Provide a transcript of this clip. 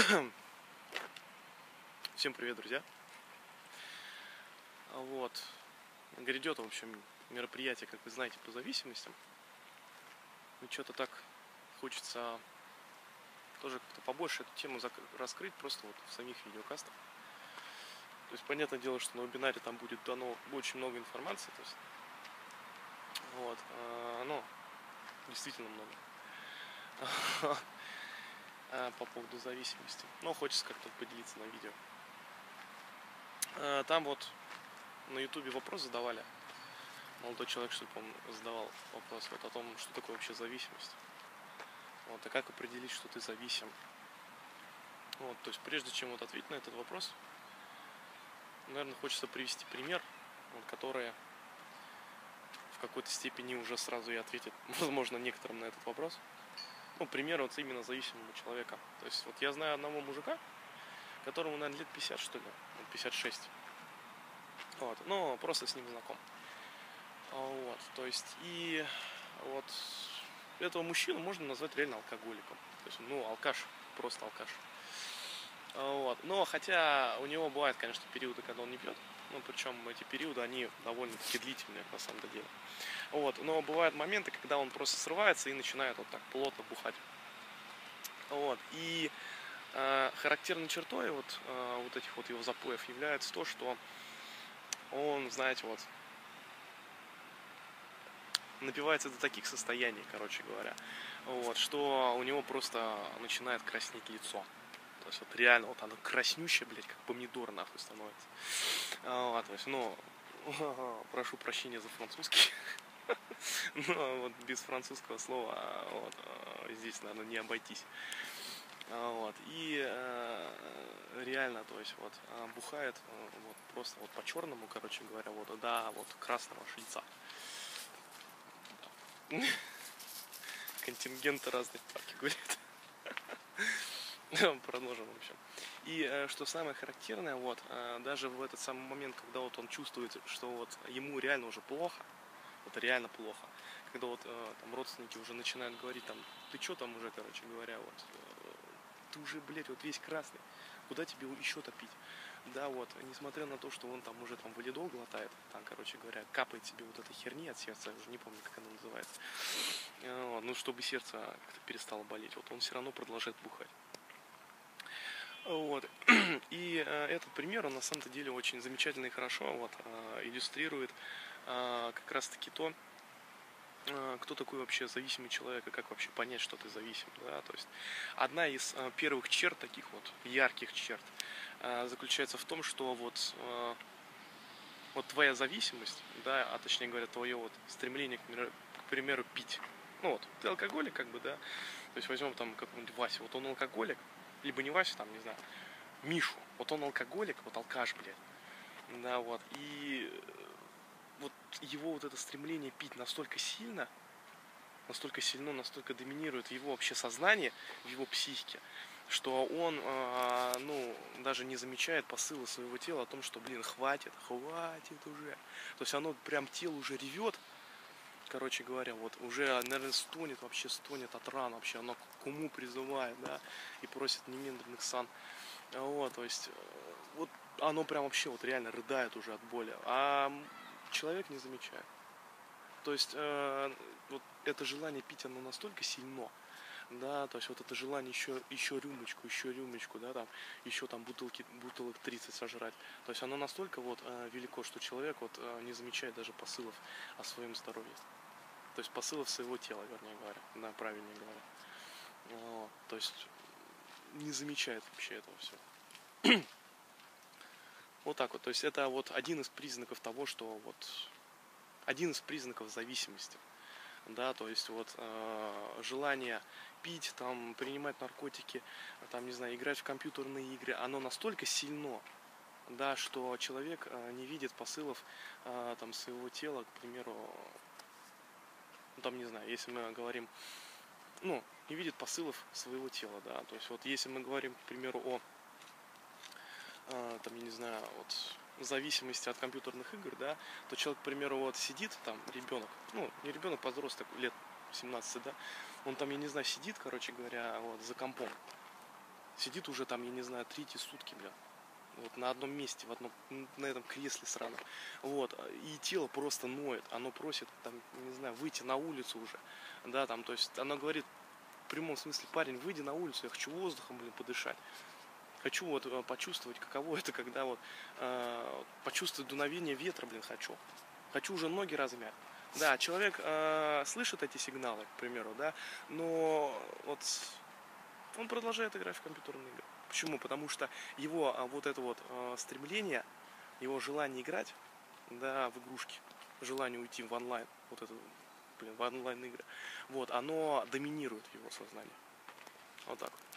Всем привет, друзья. Вот. Грядет, в общем, мероприятие, как вы знаете, по зависимостям. И что-то так хочется тоже как-то побольше эту тему раскрыть просто вот в самих видеокастах. То есть, понятное дело, что на вебинаре там будет дано очень много информации. То есть, вот. Ну, действительно много. По поводу зависимости. Но хочется как-то поделиться на видео. Там вот на ютубе вопрос задавали. Молодой человек, что ли, по-моему, задавал вопрос вот о том, что такое вообще зависимость. Вот, а как определить, что ты зависим. Вот, то есть прежде чем вот ответить на этот вопрос, наверное, хочется привести пример, вот, который в какой-то степени уже сразу и ответит, возможно, некоторым на этот вопрос. Ну, пример вот именно зависимого человека. То есть вот я знаю одного мужика, которому, наверное, лет 50, что ли, 56. Вот, но просто с ним знаком. Вот, то есть и вот этого мужчину можно назвать реально алкоголиком. То есть, ну, алкаш, просто алкаш. Вот. Но хотя у него бывают, конечно, периоды, когда он не пьет. Ну, причем эти периоды, они довольно-таки длительные, на самом деле. Вот. Но бывают моменты, когда он просто срывается и начинает вот так плотно бухать. Вот. И характерной чертой вот этих вот его запоев является то, что он, знаете, вот напивается до таких состояний, короче говоря, вот, что у него просто начинает краснеть лицо. То есть вот реально вот оно краснющее, блядь, как помидор нахуй становится. Вот, то есть, ну, прошу прощения за французский. Но вот без французского слова вот, здесь, наверное, не обойтись. Вот, и реально, то есть вот бухает вот, просто вот по-черному, короче говоря, вот до вот красного шельца. Контингенты разных партий гуляют. Продолжим, в общем. И что самое характерное, вот, даже в этот самый момент, когда вот он чувствует, что вот ему реально уже плохо, вот реально плохо, когда вот там родственники уже начинают говорить, там, ты что там уже, короче говоря, вот, ты уже, блядь, вот весь красный, куда тебе еще топить? Да, вот, несмотря на то, что он там уже там валидол глотает, там, короче говоря, капает себе вот этой херни от сердца, я уже не помню, как она называется, ну, чтобы сердце как-то перестало болеть, вот он все равно продолжает бухать. Вот. И этот пример, он на самом-то деле очень замечательно и хорошо вот, иллюстрирует как раз-таки то, кто такой вообще зависимый человек и как вообще понять, что ты зависим. Да? То есть одна из первых черт, таких вот ярких черт, заключается в том, что вот твоя зависимость, да, а точнее говоря, твое вот стремление, к примеру, пить. Ну вот, ты алкоголик, как бы, да. То есть возьмем там какого-нибудь Васю, вот он алкоголик, либо не Васю, там, не знаю, Мишу, вот он алкоголик, вот алкаш, блядь. Да, вот. И вот его вот это стремление пить настолько сильно, настолько доминирует в его вообще сознании, в его психике, что он, ну, даже не замечает посылы своего тела о том, что, блин, хватит уже. То есть оно прям тело уже ревет, короче говоря, вот уже, наверное, стонет от ран вообще, оно к уму призывает, да, и просит немедленных сан. Вот, то есть, вот оно прям вообще вот реально рыдает уже от боли, а человек не замечает. То есть, вот это желание пить, оно настолько сильно, да, то есть вот это желание еще рюмочку, да, там, еще там бутылок 30 сожрать. То есть оно настолько вот велико, что человек вот не замечает даже посылов о своем здоровье. То есть посылов своего тела, вернее говоря, да, правильнее говоря. Вот, то есть не замечает вообще этого всего. Вот так вот. То есть это вот один из признаков того, что вот один из признаков зависимости. Да, то есть вот желание пить, там, принимать наркотики, там, не знаю, играть в компьютерные игры, оно настолько сильно, да, что человек не видит посылов там своего тела, к примеру, ну, там, не знаю, если мы говорим, ну, не видит посылов своего тела, да, то есть вот если мы говорим, к примеру, о там, я не знаю, вот зависимости от компьютерных игр, да, то человек, к примеру, вот сидит, там, ребенок, ну, не ребенок, подросток, лет 17, да, он там, я не знаю, сидит, короче говоря, вот, за компом, Сидит уже там, я не знаю, третьи сутки, бля. Вот на одном месте, на этом кресле сраном. Вот, и тело просто ноет, оно просит, там, не знаю, выйти на улицу уже, да, там, то есть оно говорит, в прямом смысле, парень, выйди на улицу, я хочу воздухом, блин, подышать. Хочу вот почувствовать, каково это, когда вот почувствовать дуновение ветра, блин, хочу. Хочу уже ноги размять. Да, человек слышит эти сигналы, к примеру, да, но вот он продолжает играть в компьютерные игры. Почему? Потому что его вот это вот стремление, его желание играть, да, в игрушки, желание уйти в онлайн, вот это, блин, в онлайн игры, вот, оно доминирует его сознание. Вот так вот.